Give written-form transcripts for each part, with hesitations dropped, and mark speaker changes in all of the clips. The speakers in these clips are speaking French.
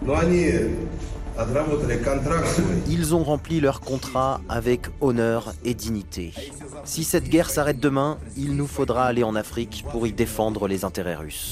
Speaker 1: Ils ont rempli leur contrat avec honneur et dignité. Si cette guerre s'arrête demain, il nous faudra aller en Afrique pour y défendre les intérêts russes.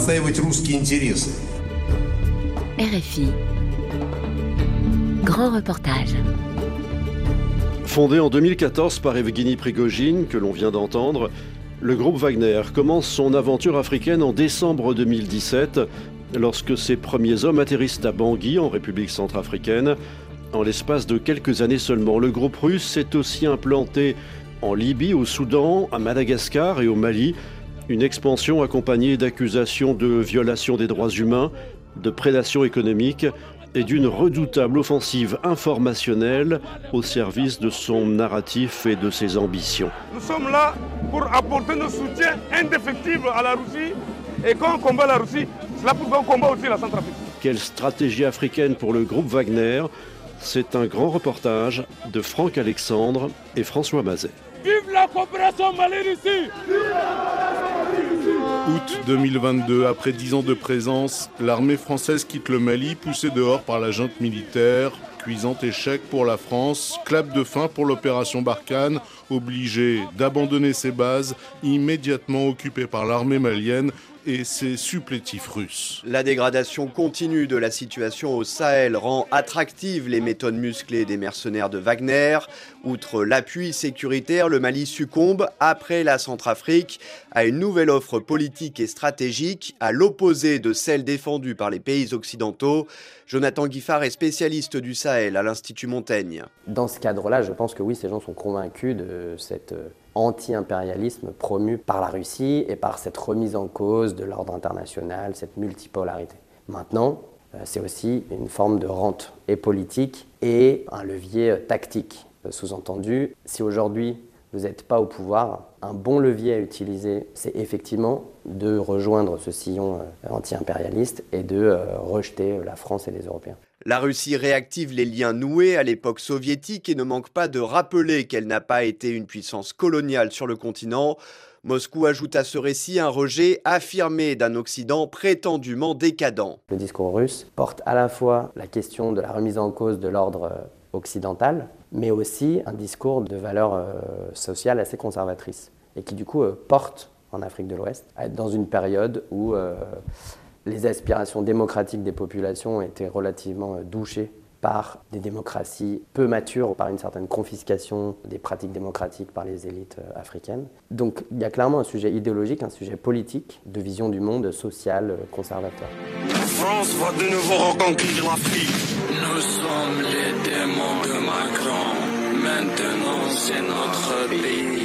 Speaker 2: RFI. Grand reportage.
Speaker 3: Fondé en 2014 par Evgueni Prigojine, que l'on vient d'entendre, le groupe Wagner commence son aventure africaine en décembre 2017, lorsque ses premiers hommes atterrissent à Bangui, en République centrafricaine. En l'espace de quelques années seulement, le groupe russe s'est aussi implanté en Libye, au Soudan, à Madagascar et au Mali. Une expansion accompagnée d'accusations de violation des droits humains, de prédation économique et d'une redoutable offensive informationnelle au service de son narratif et de ses ambitions.
Speaker 4: Nous sommes là pour apporter notre soutien indéfectible à la Russie. Et quand on combat la Russie, c'est là pour qu'on combat aussi la Centrafrique.
Speaker 3: Quelle stratégie africaine pour le groupe Wagner? C'est un grand reportage de Franck Alexandre et François Mazet.
Speaker 4: Vive la coopération Mali-Russie!
Speaker 5: Août 2022, après 10 ans de présence, l'armée française quitte le Mali, poussée dehors par la junte militaire. Cuisant échec pour la France, clap de fin pour l'opération Barkhane, obligée d'abandonner ses bases, immédiatement occupée par l'armée malienne et ses supplétifs russes.
Speaker 6: La dégradation continue de la situation au Sahel rend attractives les méthodes musclées des mercenaires de Wagner. Outre l'appui sécuritaire, le Mali succombe, après la Centrafrique, à une nouvelle offre politique et stratégique, à l'opposé de celle défendue par les pays occidentaux. Jonathan Guiffard est spécialiste du Sahel à l'Institut Montaigne.
Speaker 7: Dans ce cadre-là, je pense que oui, ces gens sont convaincus de cet anti-impérialisme promu par la Russie et par cette remise en cause de l'ordre international, cette multipolarité. Maintenant, c'est aussi une forme de rente et politique et un levier tactique. Sous-entendu, si aujourd'hui vous n'êtes pas au pouvoir, un bon levier à utiliser, c'est effectivement de rejoindre ce sillon anti-impérialiste et de rejeter la France et les Européens.
Speaker 6: La Russie réactive les liens noués à l'époque soviétique et ne manque pas de rappeler qu'elle n'a pas été une puissance coloniale sur le continent. Moscou ajoute à ce récit un rejet affirmé d'un Occident prétendument décadent.
Speaker 7: Le discours russe porte à la fois la question de la remise en cause de l'ordre occidental, mais aussi un discours de valeurs sociales assez conservatrices et qui du coup porte en Afrique de l'Ouest à être dans une période où les aspirations démocratiques des populations étaient relativement douchées par des démocraties peu matures, par une certaine confiscation des pratiques démocratiques par les élites africaines. Donc il y a clairement un sujet idéologique, un sujet politique, de vision du monde social conservateur.
Speaker 8: La France va de nouveau reconquérir l'Afrique. Nous sommes les démons de Macron. Maintenant c'est notre pays.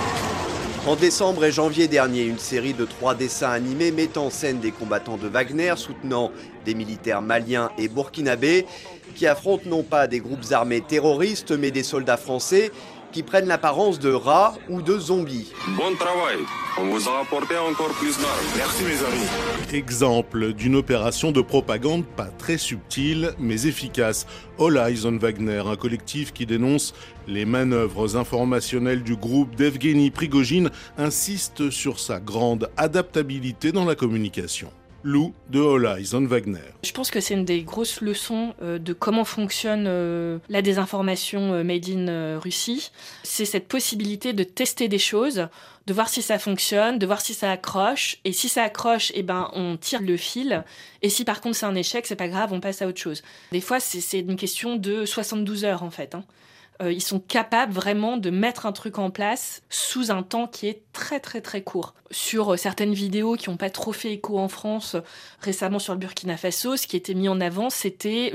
Speaker 6: En décembre et janvier dernier, une série de 3 dessins animés met en scène des combattants de Wagner soutenant des militaires maliens et burkinabés qui affrontent non pas des groupes armés terroristes mais des soldats français qui prennent l'apparence de rats ou de zombies.
Speaker 8: Bon travail, on vous a apporté encore plus d'armes. Merci mes amis.
Speaker 5: Exemple d'une opération de propagande pas très subtile mais efficace. All Eyes on Wagner, un collectif qui dénonce les manœuvres informationnelles du groupe d'Evgueni Prigojine, insiste sur sa grande adaptabilité dans la communication. Lou de All Eyes on Wagner.
Speaker 9: Je pense que c'est une des grosses leçons de comment fonctionne la désinformation made in Russie. C'est cette possibilité de tester des choses, de voir si ça fonctionne, de voir si ça accroche. Et si ça accroche, eh ben, on tire le fil. Et si par contre c'est un échec, c'est pas grave, on passe à autre chose. Des fois, c'est une question de 72 heures en fait. Ils sont capables vraiment de mettre un truc en place sous un temps qui est très très très court. Sur certaines vidéos qui n'ont pas trop fait écho en France, récemment sur le Burkina Faso, ce qui était mis en avant, c'était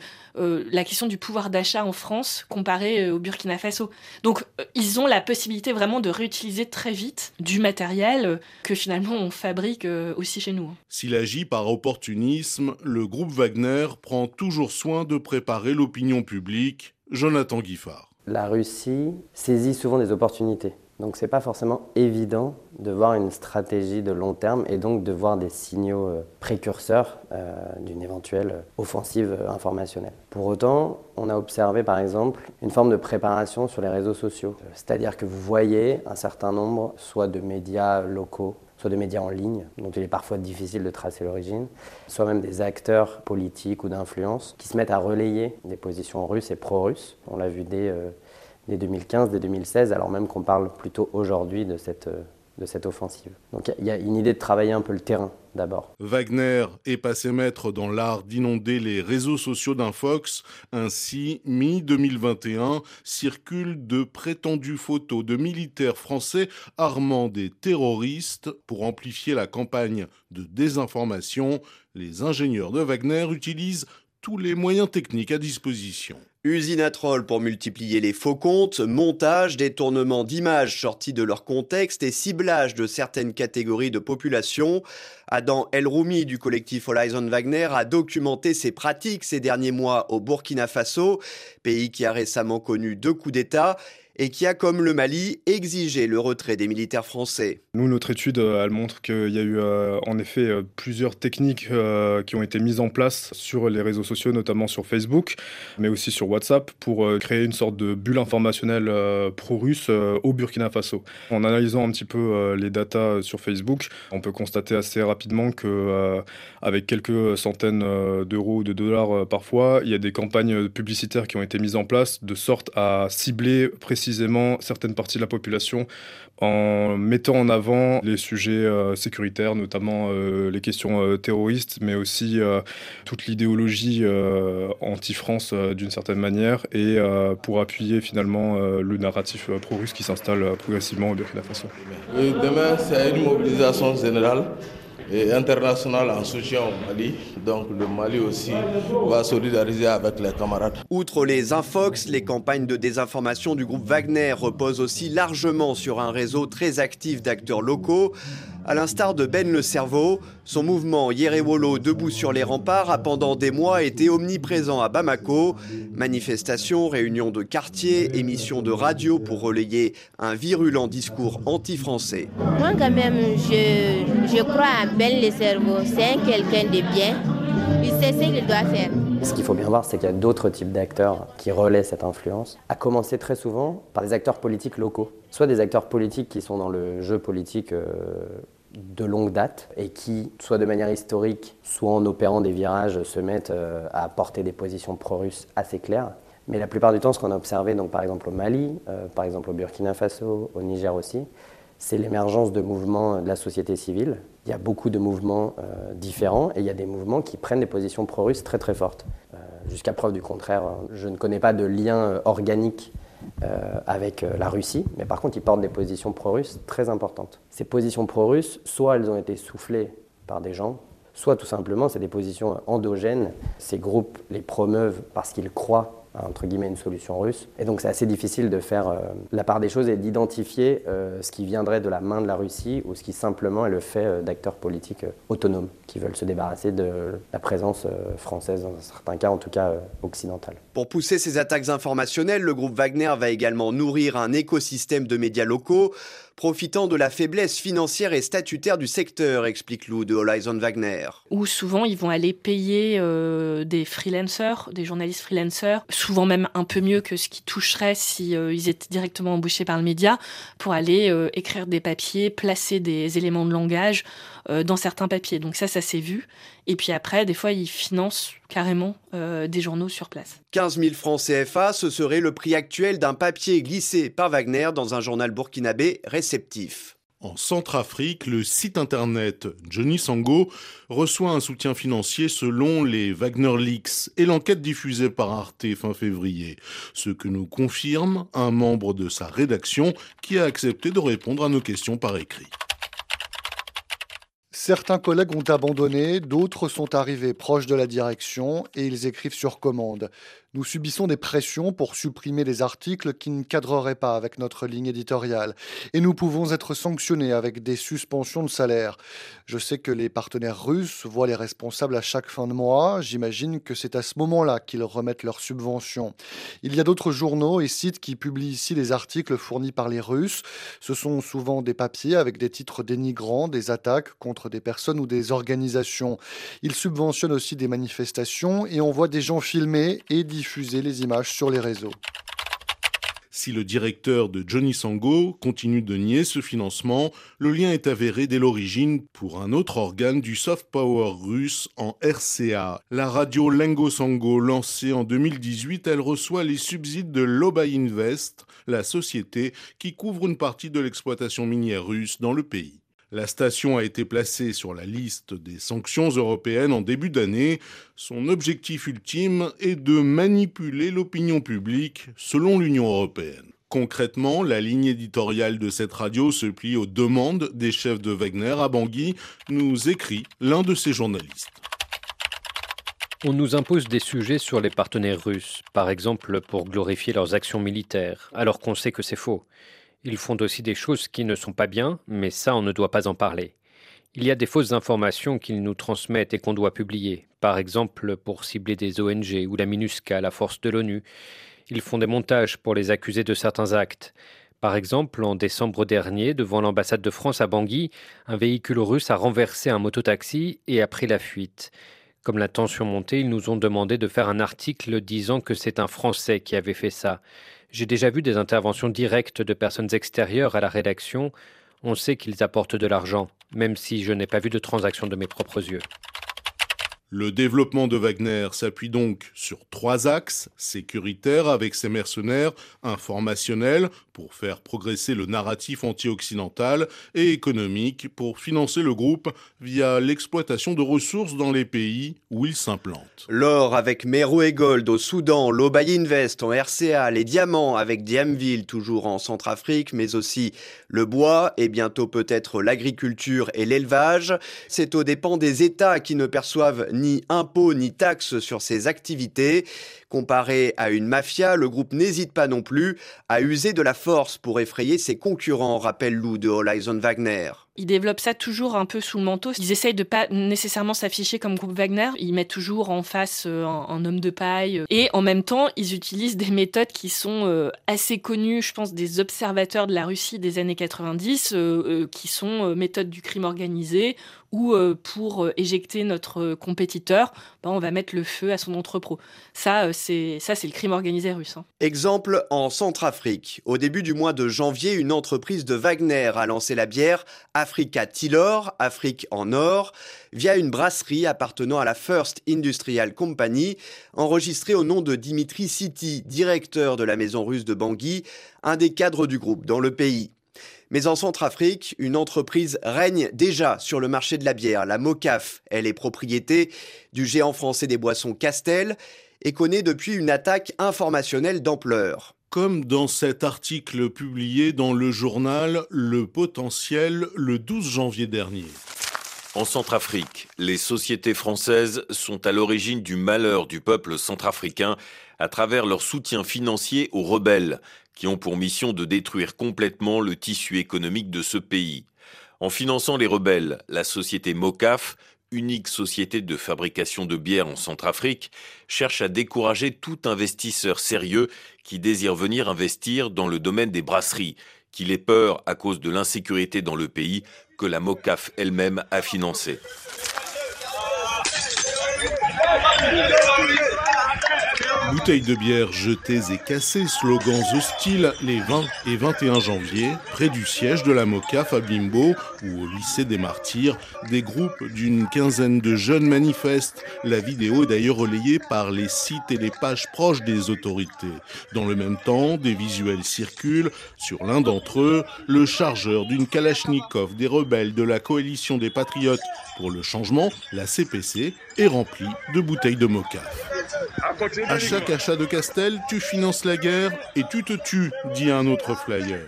Speaker 9: la question du pouvoir d'achat en France comparé au Burkina Faso. Donc ils ont la possibilité vraiment de réutiliser très vite du matériel que finalement on fabrique aussi chez nous.
Speaker 5: S'il agit par opportunisme, le groupe Wagner prend toujours soin de préparer l'opinion publique. Jonathan Guiffard.
Speaker 7: La Russie saisit souvent des opportunités, Donc c'est pas forcément évident de voir une stratégie de long terme et donc de voir des signaux précurseurs d'une éventuelle offensive informationnelle. Pour autant, on a observé par exemple une forme de préparation sur les réseaux sociaux. C'est-à-dire que vous voyez un certain nombre soit de médias locaux, soit de médias en ligne, dont il est parfois difficile de tracer l'origine, soit même des acteurs politiques ou d'influence qui se mettent à relayer des positions russes et pro-russes. On l'a vu dès 2015, dès 2016, alors même qu'on parle plutôt aujourd'hui de cette offensive. Donc il y a une idée de travailler un peu le terrain d'abord.
Speaker 5: Wagner est passé maître dans l'art d'inonder les réseaux sociaux d'Infox. Ainsi, mi-2021, circulent de prétendues photos de militaires français armant des terroristes. Pour amplifier la campagne de désinformation, les ingénieurs de Wagner utilisent tous les moyens techniques à disposition.
Speaker 6: Usine à trolls pour multiplier les faux comptes, montage, détournement d'images sorties de leur contexte et ciblage de certaines catégories de population. Adam El Roumi du collectif All Eyes on Wagner a documenté ces pratiques ces derniers mois au Burkina Faso, pays qui a récemment connu 2 coups d'État et qui a, comme le Mali, exigé le retrait des militaires français.
Speaker 10: Nous, notre étude, elle montre qu'il y a eu en effet plusieurs techniques qui ont été mises en place sur les réseaux sociaux, notamment sur Facebook, mais aussi sur WhatsApp, pour créer une sorte de bulle informationnelle pro-russe au Burkina Faso. En analysant un petit peu les datas sur Facebook, on peut constater assez rapidement qu'avec quelques centaines d'euros ou de dollars parfois, il y a des campagnes publicitaires qui ont été mises en place de sorte à cibler précisément certaines parties de la population en mettant en avant les sujets sécuritaires, notamment les questions terroristes, mais aussi toute l'idéologie anti-France d'une certaine manière, et pour appuyer finalement le narratif pro-russe qui s'installe progressivement au Burkina Faso.
Speaker 11: Demain, c'est une mobilisation générale et internationale en soutien au Mali. Donc le Mali aussi va solidariser avec les camarades.
Speaker 6: Outre les infox, les campagnes de désinformation du groupe Wagner reposent aussi largement sur un réseau très actif d'acteurs locaux. À l'instar de Ben le Cerveau, son mouvement Yerewolo debout sur les remparts a pendant des mois été omniprésent à Bamako. Manifestations, réunions de quartier, émissions de radio pour relayer un virulent discours anti-français.
Speaker 12: Moi quand même, je crois à Ben le Cerveau. C'est quelqu'un de bien. Il sait ce qu'il doit faire.
Speaker 7: Ce qu'il faut bien voir, c'est qu'il y a d'autres types d'acteurs qui relaient cette influence, à commencer très souvent par des acteurs politiques locaux. Soit des acteurs politiques qui sont dans le jeu politique de longue date et qui, soit de manière historique, soit en opérant des virages, se mettent à porter des positions pro-russes assez claires. Mais la plupart du temps, ce qu'on a observé, donc, par exemple au Mali, par exemple au Burkina Faso, au Niger aussi, c'est l'émergence de mouvements de la société civile. Il y a beaucoup de mouvements différents et il y a des mouvements qui prennent des positions pro-russes très très fortes. Jusqu'à preuve du contraire, je ne connais pas de lien organique avec la Russie, mais par contre ils portent des positions pro-russes très importantes. Ces positions pro-russes, soit elles ont été soufflées par des gens, soit tout simplement c'est des positions endogènes. Ces groupes les promeuvent parce qu'ils croient à, entre guillemets, une solution russe. Et donc c'est assez difficile de faire la part des choses et d'identifier ce qui viendrait de la main de la Russie ou ce qui simplement est le fait d'acteurs politiques autonomes qui veulent se débarrasser de la présence française, dans certains cas en tout cas occidentale.
Speaker 6: Pour pousser ces attaques informationnelles, le groupe Wagner va également nourrir un écosystème de médias locaux, profitant de la faiblesse financière et statutaire du secteur, explique Lou de All Eyes on Wagner.
Speaker 9: Où souvent ils vont aller payer des freelancers, des journalistes freelancers, souvent même un peu mieux que ce qui toucherait si ils étaient directement embauchés par le média, pour aller écrire des papiers, placer des éléments de langage dans certains papiers. Donc ça s'est vu. Et puis après, des fois, ils financent carrément des journaux sur place.
Speaker 6: 15 000 francs CFA, ce serait le prix actuel d'un papier glissé par Wagner dans un journal burkinabé réceptif.
Speaker 5: En Centrafrique, le site internet Johnny Sango reçoit un soutien financier selon les Wagner Leaks et l'enquête diffusée par Arte fin février. Ce que nous confirme un membre de sa rédaction qui a accepté de répondre à nos questions par écrit.
Speaker 13: Certains collègues ont abandonné, d'autres sont arrivés proches de la direction et ils écrivent sur commande. Nous subissons des pressions pour supprimer des articles qui ne cadreraient pas avec notre ligne éditoriale. Et nous pouvons être sanctionnés avec des suspensions de salaire. Je sais que les partenaires russes voient les responsables à chaque fin de mois. J'imagine que c'est à ce moment-là qu'ils remettent leurs subventions. Il y a d'autres journaux et sites qui publient ici les articles fournis par les Russes. Ce sont souvent des papiers avec des titres dénigrants, des attaques contre des personnes ou des organisations. Ils subventionnent aussi des manifestations et on voit des gens filmer et diffuser les images sur les réseaux.
Speaker 5: Si le directeur de Johnny Sango continue de nier ce financement, le lien est avéré dès l'origine pour un autre organe du soft power russe en RCA. La radio Lengo Sango, lancée en 2018, elle reçoit les subsides de Lobay Invest, la société qui couvre une partie de l'exploitation minière russe dans le pays. La station a été placée sur la liste des sanctions européennes en début d'année. Son objectif ultime est de manipuler l'opinion publique selon l'Union européenne. Concrètement, la ligne éditoriale de cette radio se plie aux demandes des chefs de Wagner à Bangui, nous écrit l'un de ses journalistes.
Speaker 14: On nous impose des sujets sur les partenaires russes, par exemple pour glorifier leurs actions militaires, alors qu'on sait que c'est faux. Ils font aussi des choses qui ne sont pas bien, mais ça, on ne doit pas en parler. Il y a des fausses informations qu'ils nous transmettent et qu'on doit publier, par exemple pour cibler des ONG ou la MINUSCA, la force de l'ONU. Ils font des montages pour les accuser de certains actes. Par exemple, en décembre dernier, devant l'ambassade de France à Bangui, un véhicule russe a renversé un mototaxi et a pris la fuite. Comme la tension montait, ils nous ont demandé de faire un article disant que c'est un Français qui avait fait ça. J'ai déjà vu des interventions directes de personnes extérieures à la rédaction. On sait qu'ils apportent de l'argent, même si je n'ai pas vu de transaction de mes propres yeux.
Speaker 5: Le développement de Wagner s'appuie donc sur 3 axes, sécuritaire avec ses mercenaires, informationnel pour faire progresser le narratif anti-occidental et économique pour financer le groupe via l'exploitation de ressources dans les pays où il s'implante.
Speaker 6: L'or avec Meroe Gold au Soudan, Lobay Invest en RCA, les diamants avec Diamville toujours en Centrafrique, mais aussi le bois et bientôt peut-être l'agriculture et l'élevage. C'est aux dépens des États qui ne perçoivent ni impôts ni taxes sur ces activités. Comparé à une mafia, le groupe n'hésite pas non plus à user de la force pour effrayer ses concurrents, rappelle Lou de Horizon Wagner.
Speaker 9: Ils développent ça toujours un peu sous le manteau. Ils essayent de pas nécessairement s'afficher comme groupe Wagner. Ils mettent toujours en face un homme de paille. Et en même temps, ils utilisent des méthodes qui sont assez connues, je pense, des observateurs de la Russie des années 90, qui sont méthodes du crime organisé, où pour éjecter notre compétiteur, on va mettre le feu à son entrepôt. Ça, c'est le crime organisé russe.
Speaker 6: Exemple en Centrafrique. Au début du mois de janvier, une entreprise de Wagner a lancé la bière Africa Tylor, Afrique en or, via une brasserie appartenant à la First Industrial Company, enregistrée au nom de Dimitri Siti, directeur de la maison russe de Bangui, un des cadres du groupe dans le pays. Mais en Centrafrique, une entreprise règne déjà sur le marché de la bière, la Mocaf. Elle est propriété du géant français des boissons Castel et connaît depuis une attaque informationnelle d'ampleur.
Speaker 5: Comme dans cet article publié dans le journal Le Potentiel le 12 janvier dernier.
Speaker 15: En Centrafrique, les sociétés françaises sont à l'origine du malheur du peuple centrafricain à travers leur soutien financier aux rebelles, qui ont pour mission de détruire complètement le tissu économique de ce pays. En finançant les rebelles, la société Mocaf, unique société de fabrication de bière en Centrafrique, cherche à décourager tout investisseur sérieux qui désire venir investir dans le domaine des brasseries, qu'il ait peur à cause de l'insécurité dans le pays que la Mocaf elle-même a financée.
Speaker 5: Bouteilles de bière jetées et cassées, slogans hostiles les 20 et 21 janvier, près du siège de la Mocaf à Bimbo ou au lycée des Martyrs, des groupes d'une quinzaine de jeunes manifestent. La vidéo est d'ailleurs relayée par les sites et les pages proches des autorités. Dans le même temps, des visuels circulent. Sur l'un d'entre eux, le chargeur d'une Kalachnikov des rebelles de la coalition des patriotes pour le changement, la CPC, est rempli de bouteilles de Mocaf. À chaque achat de Castel, tu finances la guerre et tu te tues, dit un autre flyer.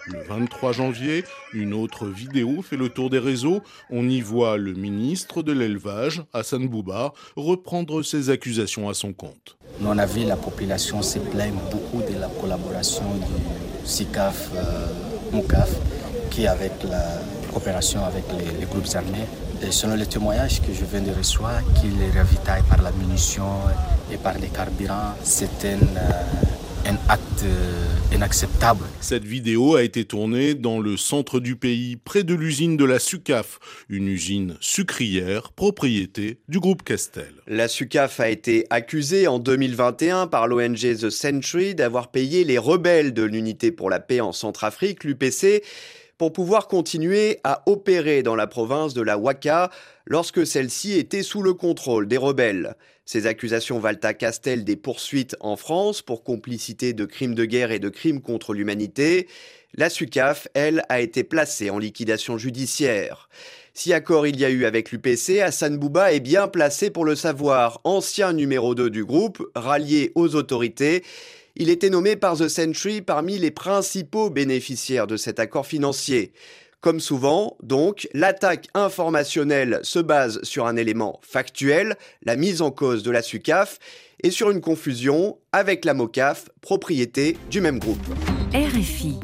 Speaker 5: Le 23 janvier, une autre vidéo fait le tour des réseaux. On y voit le ministre de l'élevage, Hassan Bouba, reprendre ses accusations à son compte.
Speaker 16: On a vu la population se plaindre beaucoup de la collaboration du SICAF, MOCAF, qui avec la coopération avec les groupes armés. Et selon les témoignages que je viens de recevoir, qui les ravitaillent par la munition et par les carburants, c'est un acte inacceptable.
Speaker 5: Cette vidéo a été tournée dans le centre du pays, près de l'usine de la SUCAF, une usine sucrière, propriété du groupe Castel.
Speaker 6: La SUCAF a été accusée en 2021 par l'ONG The Century d'avoir payé les rebelles de l'Unité pour la paix en Centrafrique, l'UPC, pour pouvoir continuer à opérer dans la province de la Ouaka lorsque celle-ci était sous le contrôle des rebelles. Ces accusations valent à Castel des poursuites en France pour complicité de crimes de guerre et de crimes contre l'humanité. La SUCAF, elle, a été placée en liquidation judiciaire. Si accord il y a eu avec l'UPC, Hassan Bouba est bien placé pour le savoir. Ancien numéro 2 du groupe, rallié aux autorités, il était nommé par The Century parmi les principaux bénéficiaires de cet accord financier. Comme souvent, donc, l'attaque informationnelle se base sur un élément factuel, la mise en cause de la SUCAF, et sur une confusion avec la MOCAF, propriété du même groupe.
Speaker 2: RFI.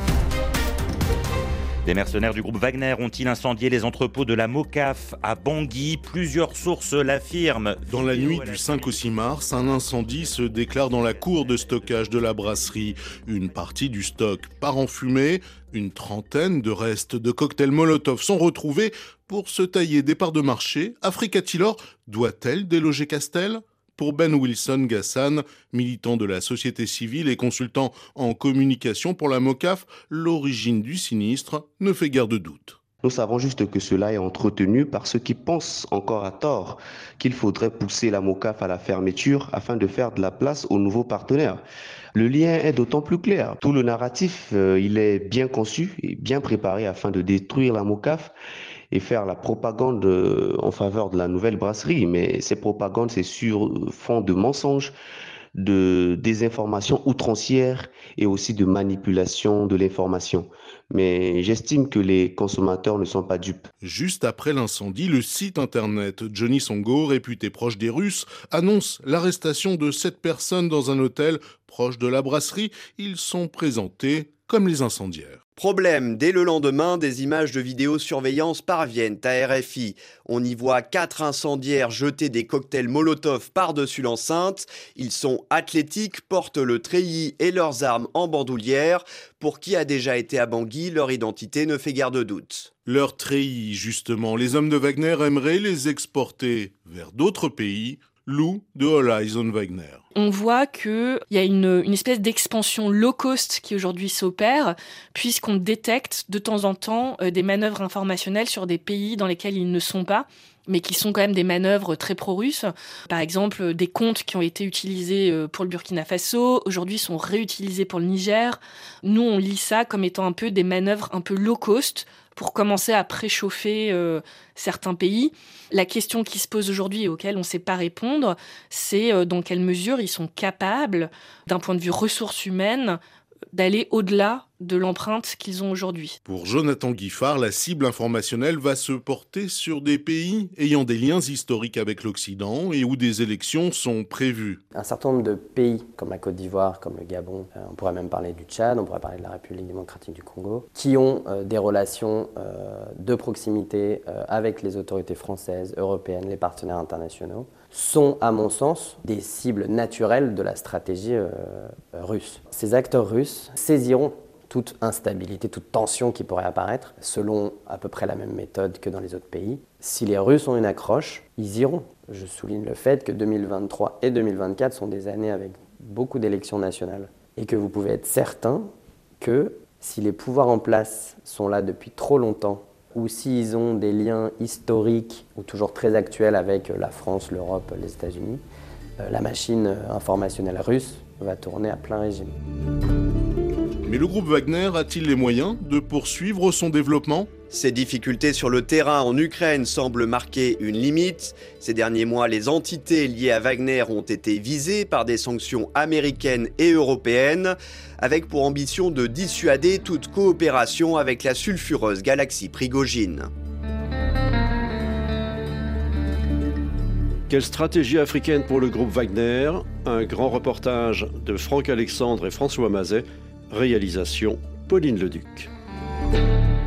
Speaker 17: Des mercenaires du groupe Wagner ont-ils incendié les entrepôts de la MOCAF à Bangui? Plusieurs sources l'affirment.
Speaker 5: Dans la nuit du 5 au 6 mars, un incendie se déclare dans la cour de stockage de la brasserie. Une partie du stock part en fumée. Une trentaine de restes de cocktails Molotov sont retrouvés pour se tailler des parts de marché. Africa Tillor doit-elle déloger Castel ? Pour Ben Wilson Gassan, militant de la société civile et consultant en communication pour la MOCAF, l'origine du sinistre ne fait guère de doute.
Speaker 18: Nous savons juste que cela est entretenu par ceux qui pensent encore à tort qu'il faudrait pousser la MOCAF à la fermeture afin de faire de la place aux nouveaux partenaires. Le lien est d'autant plus clair. Tout le narratif, il est bien conçu et bien préparé afin de détruire la MOCAF et faire la propagande en faveur de la nouvelle brasserie. Mais ces propagandes, c'est sur fond de mensonges, de désinformation outrancière et aussi de manipulation de l'information. Mais j'estime que les consommateurs ne sont pas dupes.
Speaker 5: Juste après l'incendie, le site internet Johnny Songo, réputé proche des Russes, annonce l'arrestation de 7 personnes dans un hôtel proche de la brasserie. Ils sont présentés comme les incendiaires.
Speaker 6: Problème, dès le lendemain, des images de vidéosurveillance parviennent à RFI. On y voit 4 incendiaires jeter des cocktails Molotov par-dessus l'enceinte. Ils sont athlétiques, portent le treillis et leurs armes en bandoulière. Pour qui a déjà été à Bangui, leur identité ne fait guère de doute.
Speaker 5: Leur treillis, justement, les hommes de Wagner aimeraient les exporter vers d'autres pays. Lou de Horizon Wagner.
Speaker 9: On voit qu'il y a une espèce d'expansion low cost qui aujourd'hui s'opère, puisqu'on détecte de temps en temps des manœuvres informationnelles sur des pays dans lesquels ils ne sont pas, mais qui sont quand même des manœuvres très pro-russes. Par exemple, des comptes qui ont été utilisés pour le Burkina Faso, aujourd'hui sont réutilisés pour le Niger. Nous, on lit ça comme étant un peu des manœuvres un peu low cost pour commencer à préchauffer certains pays. La question qui se pose aujourd'hui et auquel on ne sait pas répondre, c'est dans quelle mesure ils sont capables, d'un point de vue ressources humaines, d'aller au-delà de l'empreinte qu'ils ont aujourd'hui.
Speaker 5: Pour Jonathan Guiffard, la cible informationnelle va se porter sur des pays ayant des liens historiques avec l'Occident et où des élections sont prévues.
Speaker 7: Un certain nombre de pays, comme la Côte d'Ivoire, comme le Gabon, on pourrait même parler du Tchad, on pourrait parler de la République démocratique du Congo, qui ont des relations de proximité avec les autorités françaises, européennes, les partenaires internationaux, sont, à mon sens, des cibles naturelles de la stratégie russe. Ces acteurs russes saisiront toute instabilité, toute tension qui pourrait apparaître, selon à peu près la même méthode que dans les autres pays. Si les Russes ont une accroche, ils iront. Je souligne le fait que 2023 et 2024 sont des années avec beaucoup d'élections nationales. Et que vous pouvez être certain que si les pouvoirs en place sont là depuis trop longtemps, ou s'ils ont des liens historiques ou toujours très actuels avec la France, l'Europe, les États-Unis, la machine informationnelle russe va tourner à plein régime.
Speaker 5: Mais le groupe Wagner a-t-il les moyens de poursuivre son développement ?
Speaker 6: Ces difficultés sur le terrain en Ukraine semblent marquer une limite. Ces derniers mois, les entités liées à Wagner ont été visées par des sanctions américaines et européennes, avec pour ambition de dissuader toute coopération avec la sulfureuse galaxie Prigojine.
Speaker 3: Quelle stratégie africaine pour le groupe Wagner? Un grand reportage de Franck Alexandre et François Mazet. Réalisation Pauline Leduc.